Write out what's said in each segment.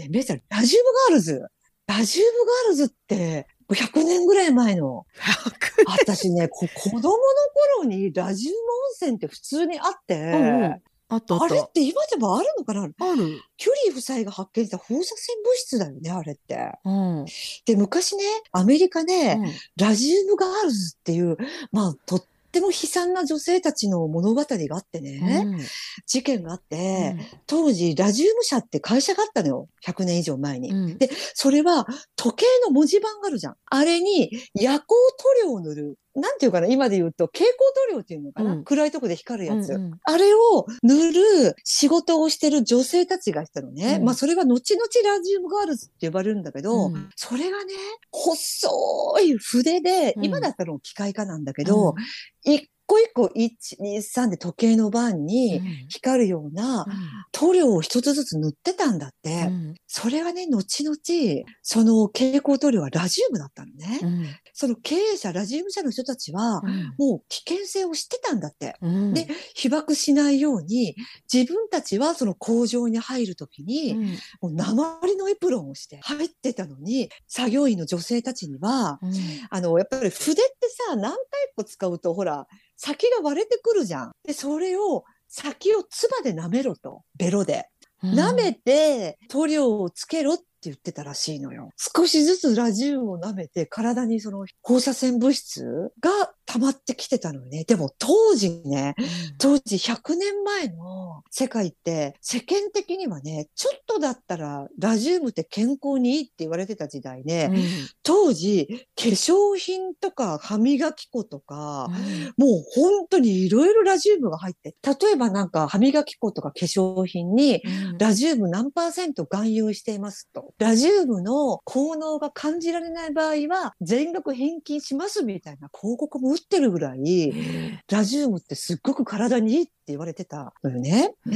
ね、めいちゃん、ラジウムガールズ。ラジウムガールズって、100年ぐらい前の。 100 私ね、子供の頃にラジウム温泉って普通にあっ年。うんうて、 ん。あったあっあれった。 て今でもあるのかな？ ある。 キュリー夫妻が発見した放射線物質だよね、あれって。 うん。うで、昔ね、アメリカで、 ん。 ラジウムガールズっていう、まあ、とっても悲惨な女性たちの物語があってね、 うん。 事件があって、 うん。 当時、ラジウム社って会社があったのよ。100年以上前に。 うん。 で、それは時計の文字盤があるじゃん。あれに夜光塗料を塗る。なんていうかな、今で言うと蛍光塗料っていうのかな、 うん。 暗いとこで光るうん。うやつ。 ん。 あれを塗る仕事をしてる女性たちがいたのね。まあうん。 それが後々ラジウムガールズって呼ばれるんだけど、 うん。 それがね、細い筆で、 うん。 今だったらもう機械化なんだけど、 うん。 一個一個1、2、3で時計の番にうん。 光るようなうん。 塗料を一つずつ塗ってたんだって。 うん。 それがね、後々、その蛍光塗料はラジウムだったのね。 うん。 その経営者、ラジウム社の人たちは、 うん。 もう危険性を知ってたんだって。で、 うん。 被爆しないように、自分たちはその工場に入るときに、 うん。 もう鉛のエプロンをして入ってたのに、作業員の女性たちには、 うん。 やっぱり筆ってさ、何回も使うと、ほら、先が割れてくるじゃん。で、それを、先を唾で舐めろと。ベロで。舐めて塗料をつけろって言ってたらしいのよ。少しずつラジウムを舐めて体にその放射線物質が溜まってきてたのよね。でも当時ね、 うん。 当時100年前の世界って世間的にはね、ちょっとだったらラジウムって健康にいいって言われてた時代で、 うん。 当時化粧品とか歯磨き粉とか、 うん。 もう本当にいろいろラジウムが入って、例えばなんか歯磨き粉とか化粧品にうん。 ラジウム何パーセント含有していますと。ラジウムの効能が感じられない場合は全額返金しますみたいな広告も打ってるぐらい、 ええ。 ラジウムってすっごく体にいいって言われてたのよね。 うん。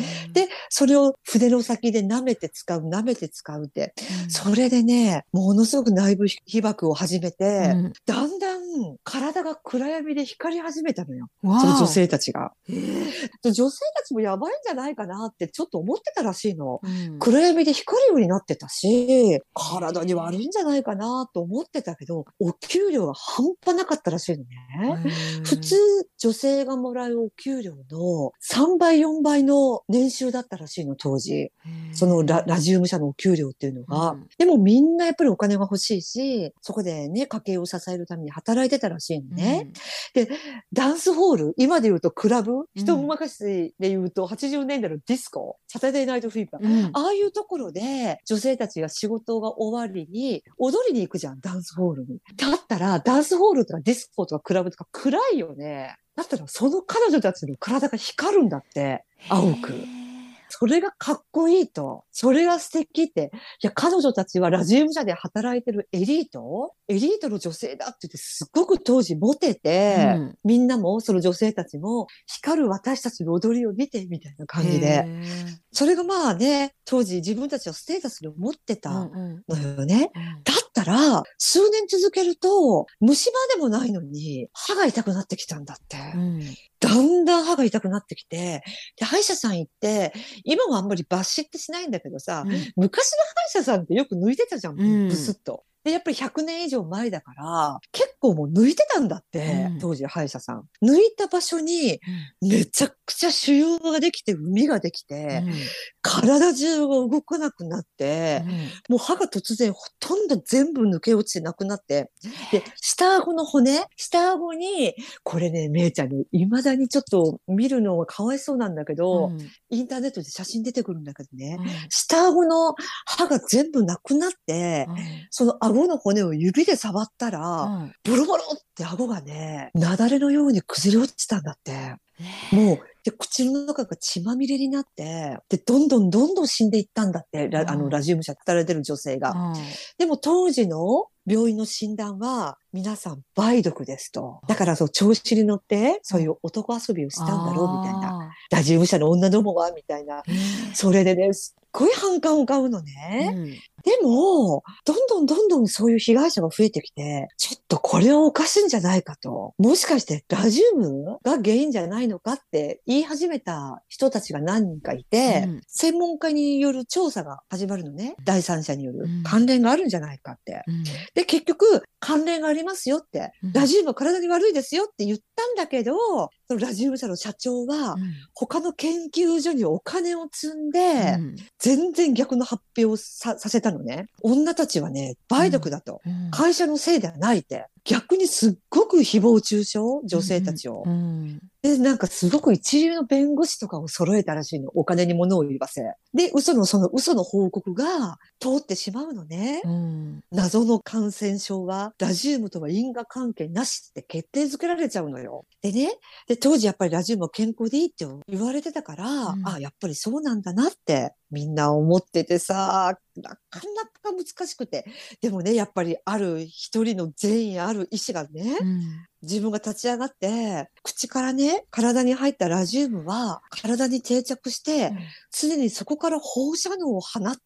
で、それを筆の先で舐めて使う、舐めて使うって。 うん。 それでね、ものすごく内部被曝を始めて、 うん。 だんだん体が暗闇で光り始めたのよ。その女わあ。 性たちが。 ええ。 女性たちもやばいんじゃないかなってちょっと思ってたらしいの。 うん。 暗闇で光るようになってたし、体に悪いんええ。 じゃないかなと思ってたけど、お給料が半端なかったらしいのへね。普通、 え。 女性がもらうお給料の3倍、4倍の年収だったらしいの、当時。 へそのえ。 ラジウム社のお給料っていうのが。 うん。 でもみんなやっぱりお金が欲しいし、そこでね、家計を支えるために働いてたらしいのね。 うん。 で、ダンスホール、今で言うとクラブ、一うん。 昔で言うと80年代のディスコ、サタデーナイトフィーバー、 うん。 ああいうところで女性たちが仕事が終わりに踊りに行くじゃん、ダンスホールに。だったら、ダンスホールとかディスコとかクラブとか暗いよね。だったら、その彼女たちの体が光るんだって、 へ青く。 え。 それがかっこいいと。それが素敵って。いや、彼女たちはラジウム社で働いてるエリートの女性だって言ってすっごく当時モテて、 うん。 みんなも、その女性たちも、光る私たちの踊りを見て、みたいなへ感じで。 え。 それがまあね、当時自分たちはステータスに思ってたうんうん。 のよね。 うん。 だったら、数年続けると、虫歯でもないのに、歯が痛くなってきたんだって。 うん。 だんだん歯が痛くなってきて、で、歯医者さん行って、今はあんまり抜歯ってしないんだけどさ、 うん。 昔の歯医者さんってよく抜いてたじゃん、 うブスッん。 と。で、やっぱり100年以上前だから、結構もう抜いてたんだって、 うん。 当時歯医者さん。抜いた場所に、 うん。 めちゃくちゃ腫瘍ができて、膿ができて、 うん。 体中が動かなくなって、 うん。 もう歯が突然ほとんど全部抜け落ちてなくなって、で、下顎の骨、下顎に、これね、めいちゃんに、未だにちょっと見るのがかわいそうなんだけど、 うん。 インターネットで写真出てくるんだけどね、 うん。 下顎の歯が全部なくなって、 うん。 その顎の骨を指で触ったら、 うん。 ボロボロって顎がね、雪崩のように崩れ落ちたんだって。もう、 ええ。 で、口の中が血まみれになって、で、どんどんどんどん死んでいったんだって、ラうん。 ジウム社で働いてる女性が。 うん。 でも当時の病院の診断は、皆さん梅毒ですと。だかあらそう、調子に乗って、そういうん。 う男遊びをしたんだろう、みたいな。 ああ。 ラジウム社の女どもは、みたいな。 ええ。 それでね、すっごい反感を買うのうね。 ん。 でも、どんどんそういう被害者が増えてきて、ちょっとこれはおかしいんじゃないかと。もしかしてラジウムが原因じゃないのかって言い始めた人たちが何人かいて、 うん。 専門家による調査が始まるのね。第三者によるうん。 関連があるんじゃないかって。 うん。 で、結局、関連がありますよって、 うん。 ラジウムは体に悪いですよって言ったんだけど、そのラジウム社の社長は、 うん。 他の研究所にお金を積んで、 うん。 全然逆の発表をさせたのね。女たちはね、梅毒だと。 うん。 会社のせいではないって。逆にすっごく誹謗中傷、女性たちを。 うん。 で、なんかすごく一流の弁護士とかを揃えたらしいの。お金に物を言わせ。で、その嘘の報告が通ってしまうのね。 うん。 謎の感染症はラジウムとは因果関係なしって決定づけられちゃうのよ。でね、で、当時やっぱりラジウムは健康でいいって言われてたから、あ、やっぱりそうなんだなってみんな思っててさ、なかなか難しくて。でもね、やっぱりある一人の善意ある医師がね、 うん。 自分が立ち上がって、口からね、体に入ったラジウムは体に定着して、常にそこから放射能を放って、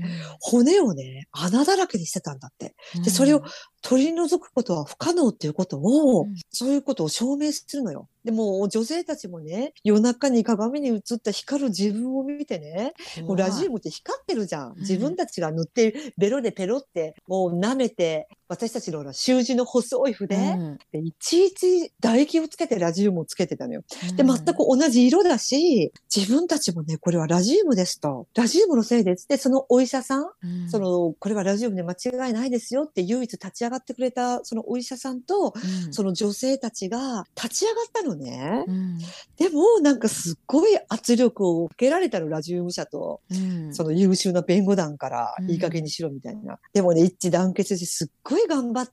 骨をね、穴だらけにしてたんだって。で、それを取り除くことは不可能っていうことを、そういうことを証明するのよ。でも、女性たちもね、夜中に鏡に映った光る自分を見てね、もうラジウムって光ってるじゃん。自分たちが塗って、ベロでペロって、もう舐めて、私たちの習字の細い筆、でいちいち唾液をつけてラジウムをつけてたのよ。で、全く同じ色だし、自分たちもね、これはラジウムですと。ラジウムのせいです。で、そのお医者さん、これはラジウムで間違いないですよって唯一立ち上がってくれた、そのお医者さんと、その女性たちが立ち上がったのね。でも、なんかすっごい圧力を受けられたの、ラジウム社と、その優秀な弁護団からいい加減にしろみたいな。でもね、一致団結してすっごい頑張って、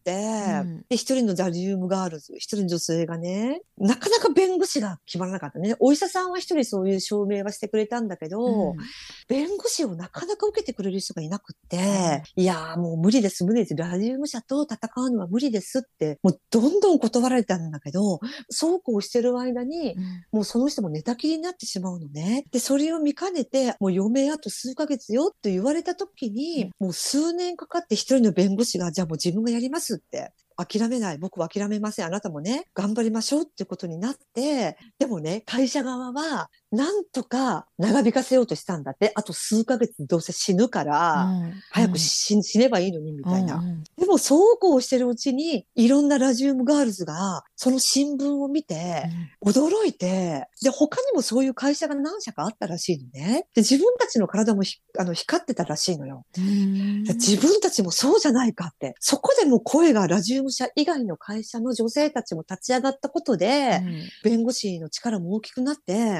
で、一人のラジウムガールズ、一人の女性がね、なかなか弁護士が決まらなかったね。お医者さんは一人そういう証明はしてくれたんだけど、弁護士をなかなか受けてくれる人がいなくって、いやーもう無理です、無理です。ラジウム社と戦うのは無理ですって、もうどんどん断られたんだけど、そうこうしてる間に、もうその人も寝たきりになってしまうのね。で、それを見かねて、もう余命あと数ヶ月よって言われた時に、もう数年かかって一人の弁護士が、じゃあもう自分がやりますって。諦めない。僕は諦めません。あなたもね、頑張りましょうってことになって、でもね、会社側は、なんとか長引かせようとしたんだって。あと数ヶ月どうせ死ぬから、早く死ねばいいのに、みたいな。でも、そうこうしてるうちに、いろんなラジウムガールズが、その新聞を見て、驚いて、で、他にもそういう会社が何社かあったらしいのね。で、自分たちの体も光ってたらしいのよ。自分たちもそうじゃないかって。そこでも声がラジウム社以外の会社の女性たちも立ち上がったことで、弁護士の力も大きくなって、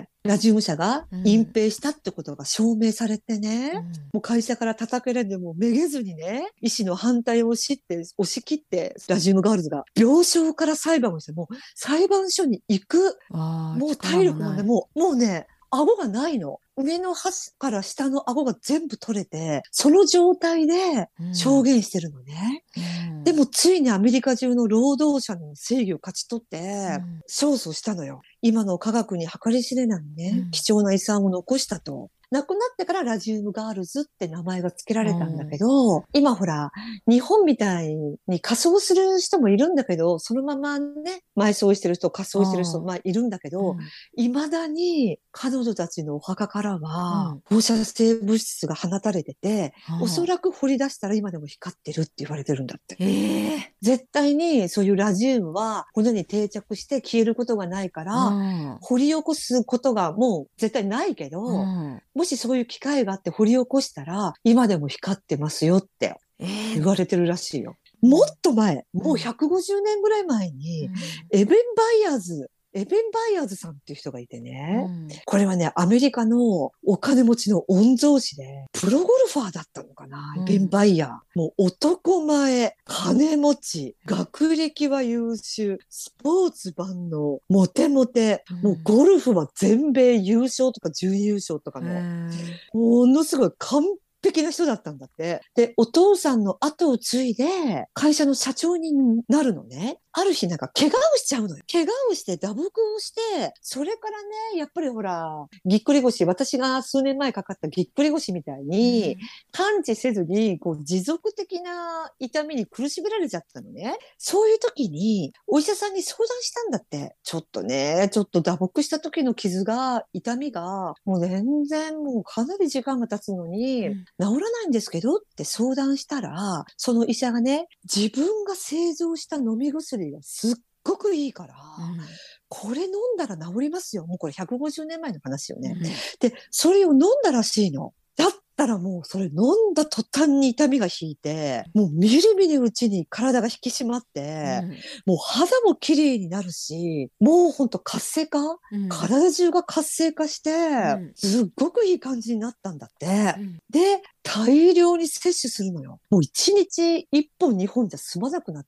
ラジウム社が隠蔽したってことが証明されてね、もう会社から叩けれんでもめげずにね、医師の反対を押し切って、ラジウムガールズが病床から裁判をして、もう裁判所に行く、もう体力もね、もうね、顎がないの。上の端から下の顎が全部取れて、その状態で証言してるのね。でもついにアメリカ中の労働者の正義を勝ち取って、勝訴したのよ。今の科学に計り知れないね、貴重な遺産を残したと。亡くなってからラジウムガールズって名前が付けられたんだけど、今ほら、日本みたいに仮装する人もいるんだけど、そのままね、埋葬してる人、仮装してる人、まあいるんだけど、未だに彼女たちのお墓からは放射性物質が放たれてて、おそらく掘り出したら今でも光ってるって言われてるんだって。絶対にそういうラジウムは骨に定着して消えることがないから、掘り起こすことがもう絶対ないけど、もしそういう機会があって掘り起こしたら、今でも光ってますよって言われてるらしいよ。もっと前、もう150年ぐらい前に、エベン・バイヤーズさんっていう人がいてね、これはね、アメリカのお金持ちの御曹司で、プロゴルファーだったのかな、エベン・バイヤー。もう男前、金持ち、学歴は優秀、スポーツ万能、モテモテ、もうゴルフは全米優勝とか準優勝とかの、ものすごい完璧な人だったんだって。で、お父さんの後を継いで、会社の社長になるのね。 ある日なんか怪我をしちゃうのよ。怪我をして打撲をして、それからね、やっぱりほら、ぎっくり腰、私が数年前かかったぎっくり腰みたいに、感知せずに、こう、持続的な痛みに苦しめられちゃったのね。そういう時に、お医者さんに相談したんだって。ちょっと打撲した時の傷が、痛みが、もう全然もうかなり時間が経つのに、治らないんですけどって相談したら、その医者がね、自分が製造した飲み薬がすっごくいいから、これ飲んだら治りますよ。もうこれ150年前の話よね。で、それを飲んだらしいの。だったらもうそれ飲んだ途端に痛みが引いて、もうみるみるうちに体が引き締まって、もう肌も綺麗になるし、もうほんと活性化、体中が活性化して、すっごくいい感じになったんだって。で、大量に摂取するのよ。もう1日1本2本じゃ済まなくなって、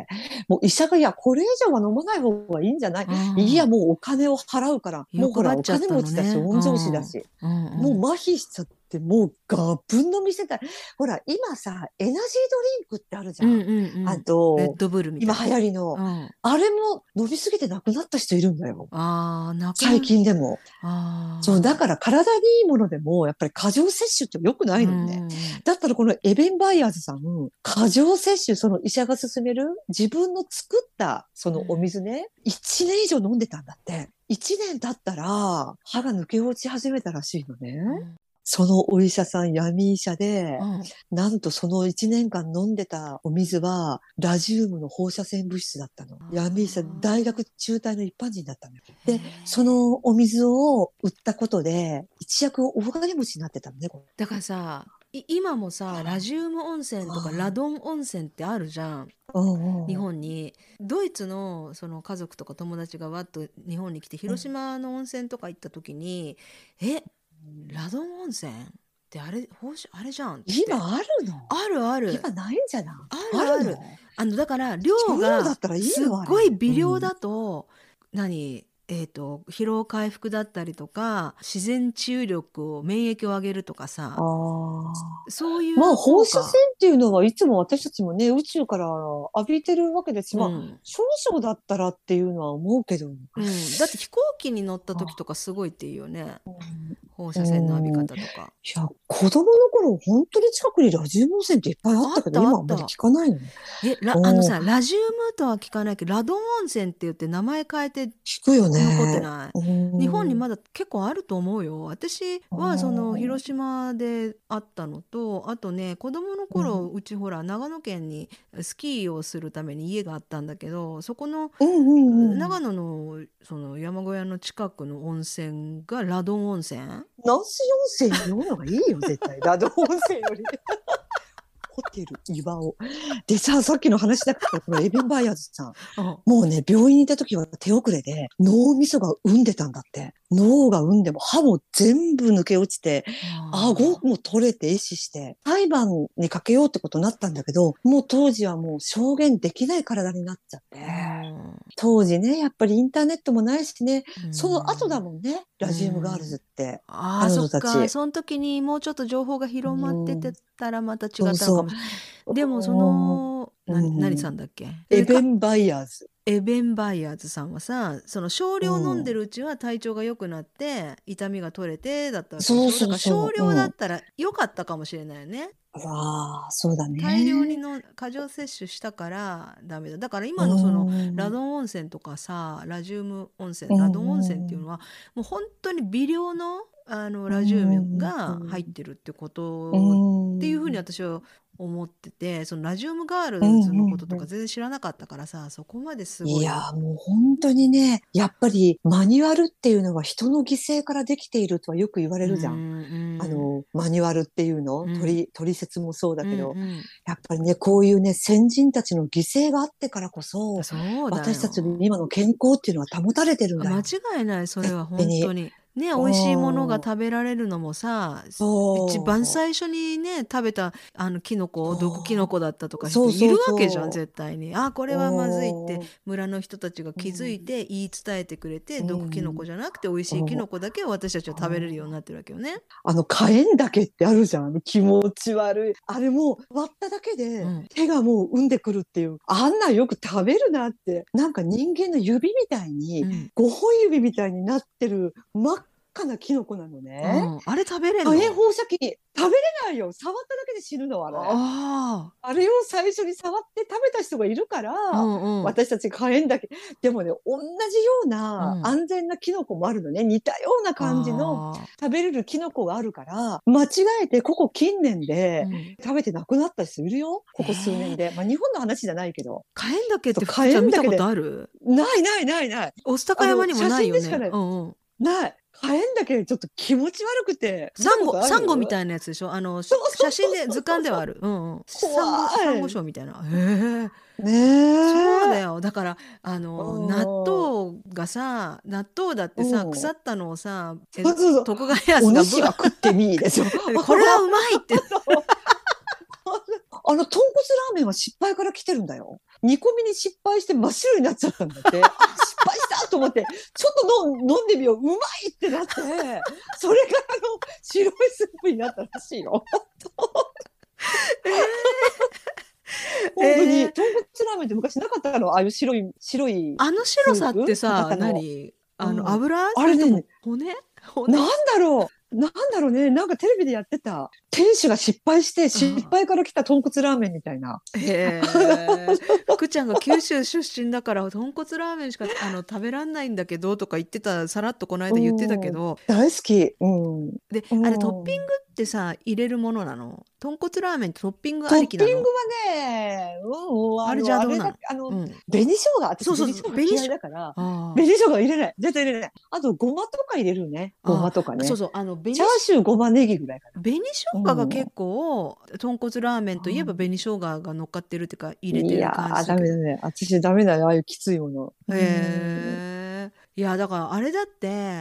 もう医者が、いや、これ以上は飲まない方がいいんじゃない？いや、もうお金を払うから、もうほら、お金持ちだし、御曹司だし、もう麻痺しちゃって、もうガブン飲みしてた。ほら、今さ、エナジードリンクってあるじゃん。あと、 レッドブルみたいな。 今流行りの、あれも飲みすぎて亡くなった人いるんだよ。最な近でも。そう、だから体にいいものでも、やっぱり過剰摂取って良くないのね。だったらこのエベンバイヤーズさん、過剰摂取、その医者が勧める自分の作ったそのお水ね、1年以上飲んでたんだって。1年経ったら歯が抜け落ち始めたらしいのね。そのお医者さん、闇医者で、なんとその1年間飲んでたお水は、ラジウムの放射線物質だったの。闇医者、大学中退の一般人だったのよ。で、そのお水を売ったことで、一躍大金持ちになってたのね、これ。 だからさ、今もさ、ラジウム温泉とかラドン温泉ってあるじゃん。日本に。ドイツのその家族とか友達がわっと日本に来て、広島の温泉とか行った時に、ラドン温泉ってあれじゃんって。 今あるの？ あるある。 今ないんじゃない？ ある。だから量がすっごい微量だと、疲労回復だったりとか、自然治癒力を、免疫を上げるとかさ、そういうまあ放射線っていうのはいつも私たちもね、宇宙から浴びてるわけですし、まあ少々だったらっていうのは思うけど、 だって飛行機に乗った時とかすごいっていうよね、放射線の浴び方とか。 いや、子供の頃本当に近くにラジウム温泉っていっぱいあったけど、今あんまり聞かないのね。 ラジウムとは聞かないけど、ラドン温泉って言って名前変えて聞くよね。 残ってない。日本にまだ結構あると思うよ。私はその広島であったのと、あとね、子供の頃、うちほら長野県にスキーをするために家があったんだけど、そこの長野のその山小屋の近くの温泉がラドン温泉。 ナンス温泉の方がいいよ絶対。ラドン温泉より。ホテル岩尾でさっきの話だからこのエベンバイアーズさん、もうね病院にいた時は手遅れで脳みそが産んでたんだって。脳が産んでも歯も全部抜け落ちて、顎も取れて壊死して裁判にかけようってことになったんだけど、もう当時はもう証言できない体になっちゃって、当時ねやっぱりインターネットもないしね、その後だもんね、ラジウムガールズって。彼女たち。 そっか、その時にもうちょっと情報が広まっててたらまた違ったのかもしれない。でもその何さんだっけ、 エベンバイヤーズ。 エベンバイヤーズさんはさ、その少量飲んでるうちは体調が良くなって痛みが取れてだったわけでしょ。だから少量だったら良かったかもしれないよね。 そうだね。 大量に過剰摂取したからダメだ。だから今のそのラドン温泉とかさ、ラジウム温泉、ラドン温泉っていうのはもう本当に微量のラジウムが入ってるってことっていうふうに私は思ってて、そのラジウムガールズのこととか全然知らなかったからさ、そこまですごい。 いやもう本当にね、やっぱりマニュアルっていうのは人の犠牲からできているとはよく言われるじゃん。マニュアルっていうの、取説もそうだけど、やっぱりねこういうね先人たちの犠牲があってからこそ私たちの今の健康っていうのは保たれてるんだよ。 間違いない、それは本当に。 ね、美味しいものが食べられるのもさ、一番最初にね、食べたキノコ、毒キノコだったとか人いるわけじゃん、絶対に。あ、これはまずいって村の人たちが気づいて言い伝えてくれて、毒キノコじゃなくて美味しいキノコだけを私たちは食べれるようになってるわけよね。 火炎岳ってあるじゃん。気持ち悪い。あれも割っただけで手がもう産んでくるっていう。あんなんよく食べるなって。なんか人間の指みたいに、5本指みたいになってる真っ赤なキノコなのね。 あれ食べれるの？ 火炎放射器食べれないよ。触っただけで死ぬの、あれ。あれを最初に触って食べた人がいるから、私たち火炎だけ。でもね、同じような安全なキノコもあるのね。似たような感じの食べれるキノコがあるから、間違えてここ近年で食べて亡くなった人いるよ。ここ数年で。まあ日本の話じゃないけど。 火炎だけって福ちゃん見たことある？ ないないないない。 御巣鷹山にもないよね。 写真でしかない。ない。火炎だけちょっと気持ち悪くて。 サンゴみたいなやつでしょ？写真で図鑑ではある。サンゴ礁みたいな。ねえ。そうだよ。だから納豆がさ、納豆だってさ、腐ったのをさ、徳川家康がお主は食ってみーですよ。 これはうまいって。 豚骨ラーメンは失敗から来てるんだよ。煮込みに失敗して真っ白になっちゃったんだって。失敗したと思って、ちょっと飲んでみよう。うまいってなって、それが白いスープになったらしいよ。本当に、豚骨ラーメンって昔なかったの？ああいう白い。 あの白さってさ、何？油？ あれね、 骨？ なんだろうね。なんかテレビでやってた。店主が失敗して、失敗から来た豚骨ラーメンみたいな。 福ちゃんが九州出身だから豚骨ラーメンしか食べらんないんだけどとか言ってた、さらっとこの間言ってたけど。 大好き。で、 あれトッピングってさ、入れるものなの？豚骨ラーメンってトッピングありきなの？ トッピングはね、あれじゃどうなの？紅生姜、私紅生姜嫌いだから、紅生姜入れない。絶対入れない。あと、ごまとか入れるね。ごまとかね。チャーシュー、ごま、ネギぐらいかな。 紅生姜が結構、豚骨ラーメンといえば紅生姜が乗っかってるっていうか、入れてる感じ。 ダメだね。私ダメだよ。ああいうきついもの。 いや、だからあれだって、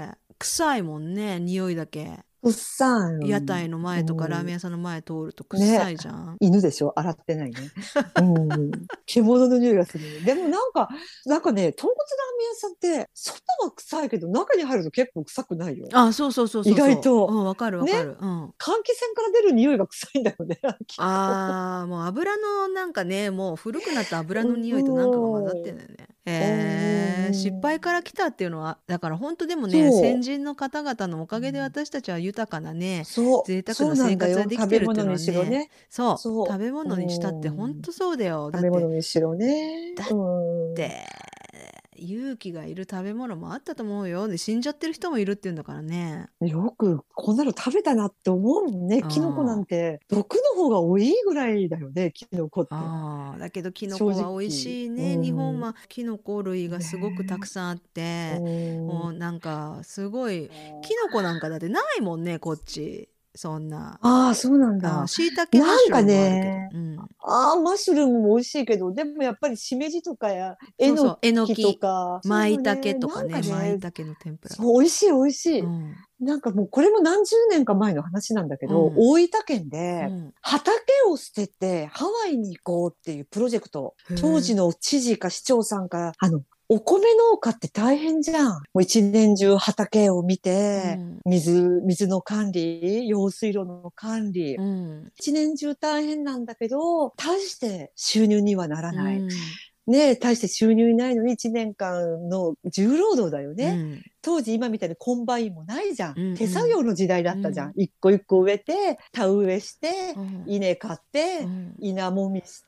臭いもんね、匂いだけ。 臭い。 屋台の前とかラーメン屋さんの前通ると臭いじゃん。 犬でしょ？洗ってないね。獣の匂いがする。でもなんかね、豚骨ラーメン屋さんって、外は臭いけど、中に入ると結構臭くないよ。 そう。 意外と。 わかる。換気扇から出る匂いが臭いんだよね。 もう油のなんかね、もう古くなった油の匂いとなんかが混ざってんだよね。失敗から来たっていうのは、だから本当でもね、先人の方々のおかげで私たちは豊かなね、贅沢な生活ができてるっていうのはね。そう。食べ物にしたって本当そうだよ。 食べ物にしろね。 だって勇気がいる食べ物もあったと思うよ。で、死んじゃってる人もいるっていうんだからね。 よくこんなの食べたなって思うもんね。キノコなんて毒の方が多いぐらいだよね、キノコって。 だけどキノコは美味しいね。日本はキノコ類がすごくたくさんあって、もうなんかすごい、キノコなんかだってないもんね、こっち。そんな。 そうなんだ。 椎茸マッシュルームもあるけど。 マッシュルームも美味しいけど、でもやっぱりしめじとかやえのきとか、 舞茸とかね、舞茸の天ぷら。 美味しい美味しい。なんかもうこれも何十年か前の話なんだけど、大分県で畑を捨ててハワイに行こうっていうプロジェクト、当時の知事か市長さんからお米農家って大変じゃん。もう一年中畑を見て、水の管理、用水路の管理、一年中大変なんだけど、大して収入にはならない。ね、大して収入ないのに1年間の重労働だよね。当時今みたいにコンバインもないじゃん。手作業の時代だったじゃん。一個一個植えて、田植えして、稲買って、稲もみして、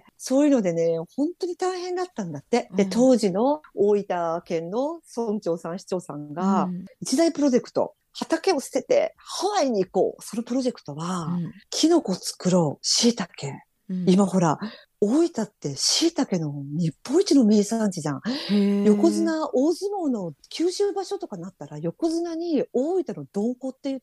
そういうのでね、本当に大変だったんだって。で、当時の大分県の村長さん、市長さんが、一大プロジェクト、畑を捨ててハワイに行こう。そのプロジェクトは、キノコ作ろう、椎茸。今ほら、 大分って椎茸の日本一の名産地じゃん。横へえ。 綱、大相撲の九州場所とかなったら、横綱に大分のどんこって言って、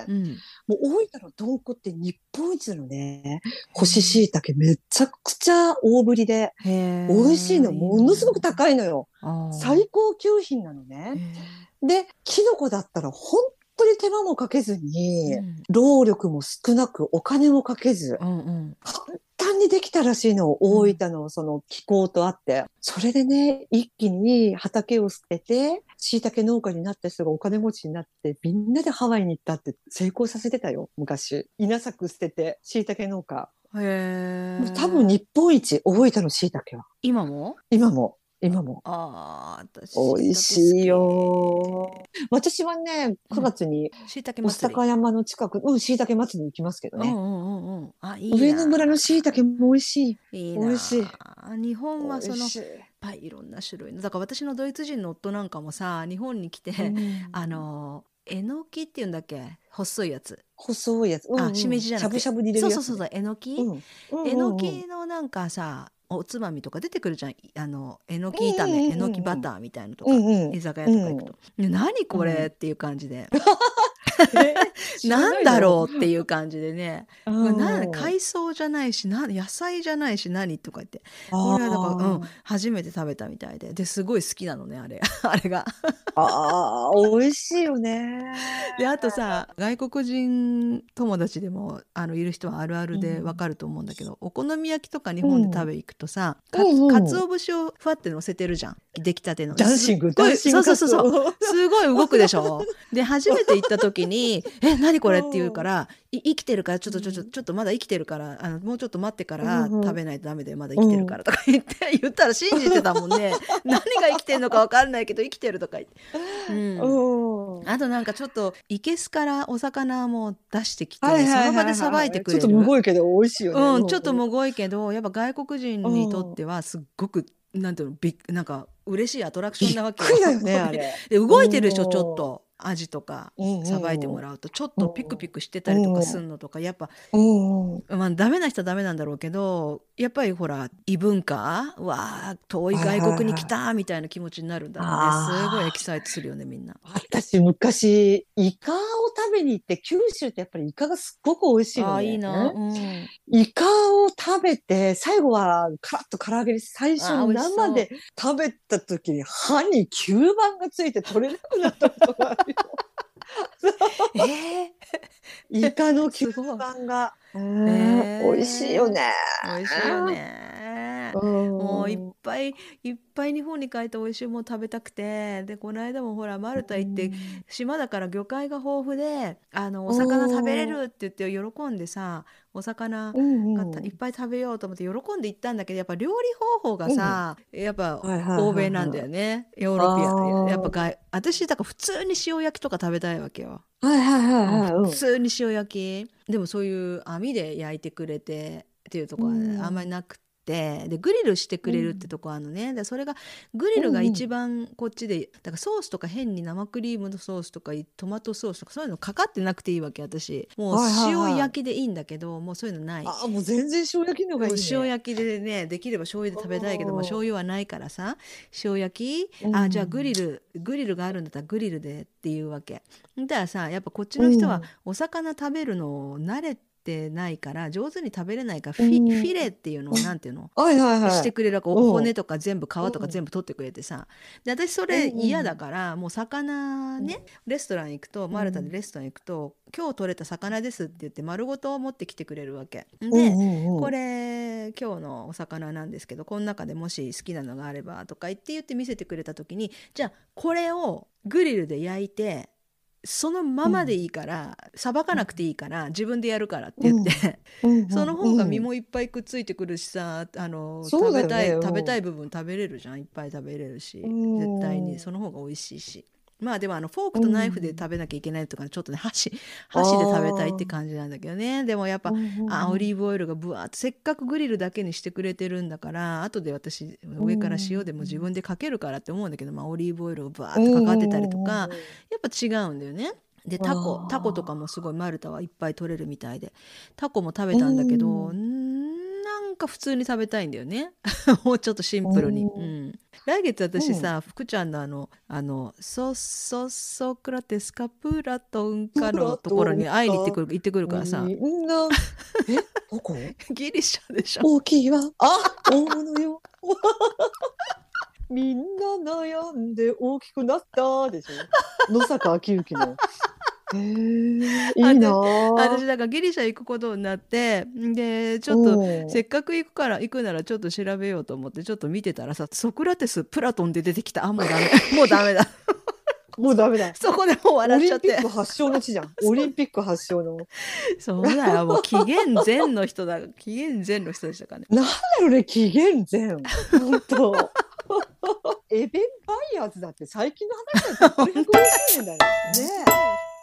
うん。 もう大分のどんこって日本一なのね。干しへ椎茸めちゃくちゃ大ぶりで、 え。へ美味しいの。 え、いいものすごくな。 高いのよ。 ああ。 最高級品なのね。 へえ。 で、キノコだったら本当に手間もかけずに、 うん。 労力も少なくお金もかけず、 うんうん。 簡単にできたらしいの、 うん。 大分のその気候とあって。それでね、一気に畑を捨てて、椎茸農家になった人がお金持ちになって、みんなでハワイに行ったって成功させてたよ、昔。稲作捨てて、椎茸農家。 へもう多分え。 日本一、大分の椎茸は。 今も？ 今も、今も。 ああ、私、 美味椎茸好しいき。 よ。私はね、9 うん。 月に椎茸御祭り。 巣山の近く、椎茸祭りに行きますけどね。 うんうんうんうん。あ、いい上野村の椎な茸も美味しい。 あ。いい美味しい。 なあ。日本はその、いっ美味しい。 ぱいいろんな種類の。だから私のドイツ人の夫なんかもさ、日本に来うて、 ん。 えのきっていうんだっけ？細いやつ。 細いやつ。うあ、しめんうん。 じじゃなくて。 しゃぶしゃぶに入れるやつね。 そうそうそうそう、えのき。 うん。うんうえのんうん。 きのなんかさ、おつまみとか出てくるじゃん。えのうき炒め、えのきんうんうん。 バターみたいのとか、 うんうん。 居酒屋とか行くうんと。で何こうん。 れっていう感じで。 知らなんないの？ だろうっていう感じでね。 うこれん。 海藻じゃないし、野菜じゃないし、何とか言って。こあれはだから、 あ。 初めて食べたみたいで。で、すごい好きなのね、あれ。あれが。 ああ、美味しいよね。 で、あとさ、外国人友達でも、いる人はあるあるでわうん。 かると思うんだけど、お好み焼きとか日うん。 本で食べ行くとさ、 うんうん。 鰹節をふわって乗せてるじゃん。出来たての。ですっダごい、 ンシングカそうそうそうそう。 ツオ。 すごい動くでしょ？で、初めて行った時に、何これって言うかうん。 ら、生きてるから、 うん。 ちょっとまだ生きてるから、もうちょっと待ってかうら食ん。 べないとダメで、まだ生きてるうん。 からとか言ったら信じてたもんね。何が生きてるのかわかんないけど、生きてるとか言って。うん。 うん。 あとなんかちょっといけすからお魚も出してきて、そはいはいの場でさばいてはいはいはい。ちょっとむくれる。 ごいけど美味しいよね。ううん、ちょっとんうん。 むごいけど、やっぱ外国う人にとっん。 てはすっごく、なんていうの、なんか嬉しいアトラクシびっョンなわけよ。 くりだよね、あれ。 で、 う動いてるでしょ、ちょっん。 と。アジとかさばいてうんうん。 もらうと、ちょっとピクピうん。 クしてたりとかうん。 すんのとか、やっぱ、 うん。 まあ、ダメな人はダメなんだろうけど、やっぱりほら、異文化遠いはい外はいはい。 国に来たみたいな気持ちになるんだろうね。すごいエキあサイトするよね、みんな。 あ。私、昔、イカを食べに行って、九州ってやっぱりイカがすっごく美味しいああ、いいのね。 な。うん。 イカを食べて、最後はカラッと唐揚げに最初ああ、美味し生でそう。 食べた時に歯に吸盤がついて取れなくなったことがあるよ。 ええイカの吸すごい。 盤が。美味しいよええ、 ね。 美味しいよね。 うもうん。うんいっぱい日本に帰って美味しいもの食べたくて、で、この間もほら、マルタ行って、島だから魚介が豊富で、お魚食べれるって言って喜んでさ、お魚うんうん。 いっぱい食べようと思って喜んで行ったんだけど、やっぱ料理方法がうん。 さ、やっぱはいはい欧米なんだはいはい。 よね。ヨーロピア。やっぱあ私、だから普通に塩焼きとか食べたいわけよ。 あ。はいはいはい普はい。うん。 通に塩焼きでもそういう網で焼いてくれてっていうとうころはねあんまりん。 なくて、でグリルしてくれるってうん。 とこあるのね。でそれがグリルがうんうん。 一番こっちで、だからソースとか変に生クリームのソースとかトマトソースとかそういうのかかってなくていいわけ。私もうはいはい塩はい。 焼きでいいんだけど、もうそういうのない。 ああ、もう全然塩焼きの方がもういいね。 塩焼きでね、できれば醤油で食べたいけど、まあ、醤う油はないからさ、塩焼き、じゃあん。 グリルがあるんだったらグリルでっていうわけ。だからさ、やっぱこっちの人はうん。 お魚食べるのを慣れてないから上手に食べれないから、 うん。 フィレっていうのをなんていうのはいはいはい。 してくれるわけ。 うん。 骨とか全部皮とかうん。 全部取ってくれてさ、で私そうれ嫌だん。 からもう魚うん。 ね、レストラン行くと、マルタでうん。 レストラン行くと今日取れた魚ですって言って丸ごと持ってきてくれるわけうで、こん。うん。 れ今日のお魚なんですけど、この中でもし好きなのがあればとか言って見せてくれた時に、じゃあこれをグリルで焼いてそのままでうん。 いいからさばかなくていいから自分でやるからって言っうん。 て、 うそのん。 方が身うん。 もいっぱいくっついてくるしさ、 そうだよね。 食べたうん。 い部分食べれるじゃん。いっぱい食べれるうし、絶対にそん。 の方が美味しいし。まあでもフォークうとナイフでん。 食べなきゃいけないとかちょっとね、 あ箸で食べたいってあ。 感じなんだけどね。でもやっぱ、 うん。 オうん。 リーブオイルがブワーってせっかくグリルだけにしてくれてるんだから、後で私う上から塩でも自ん。 分でかけるからって思うんだけど、まあオリーブオイルがブワーうってかかってたりとん。 か、やっぱ違うんだよね。でタコとかもすごいマルタはいっぱい取れるみたいで、タコも食べうたんだけど、 ん。 なんなんか普通に食べたいんだよね。もうちょっとシンプルに。うん。来月私さ、福ちゃんのソクラテスかプラトンかのところに会いに行ってくるからさ。 みんな、どこギリシャでしょ。 大きいわ。大物よ。みんな悩んで大きくなったでしょ。野坂昭之の。いいな私だからギリシャ行くことになって、でちょっとせっかく行くならちょっと調べようと思ってちょっと見てたらさ、ソクラテスプラトンで出てきた。もうダメもうダメだもうダメだ。 そこでもう笑っちゃって。 オリンピック発祥の地じゃん。オリンピック発祥の。 そうだよ、もう紀元前の人だ。紀元前の人でしたかね。 なんだろうね、紀元前。本当。エベン・バイヤーズだって最近の話だったら150年だよね。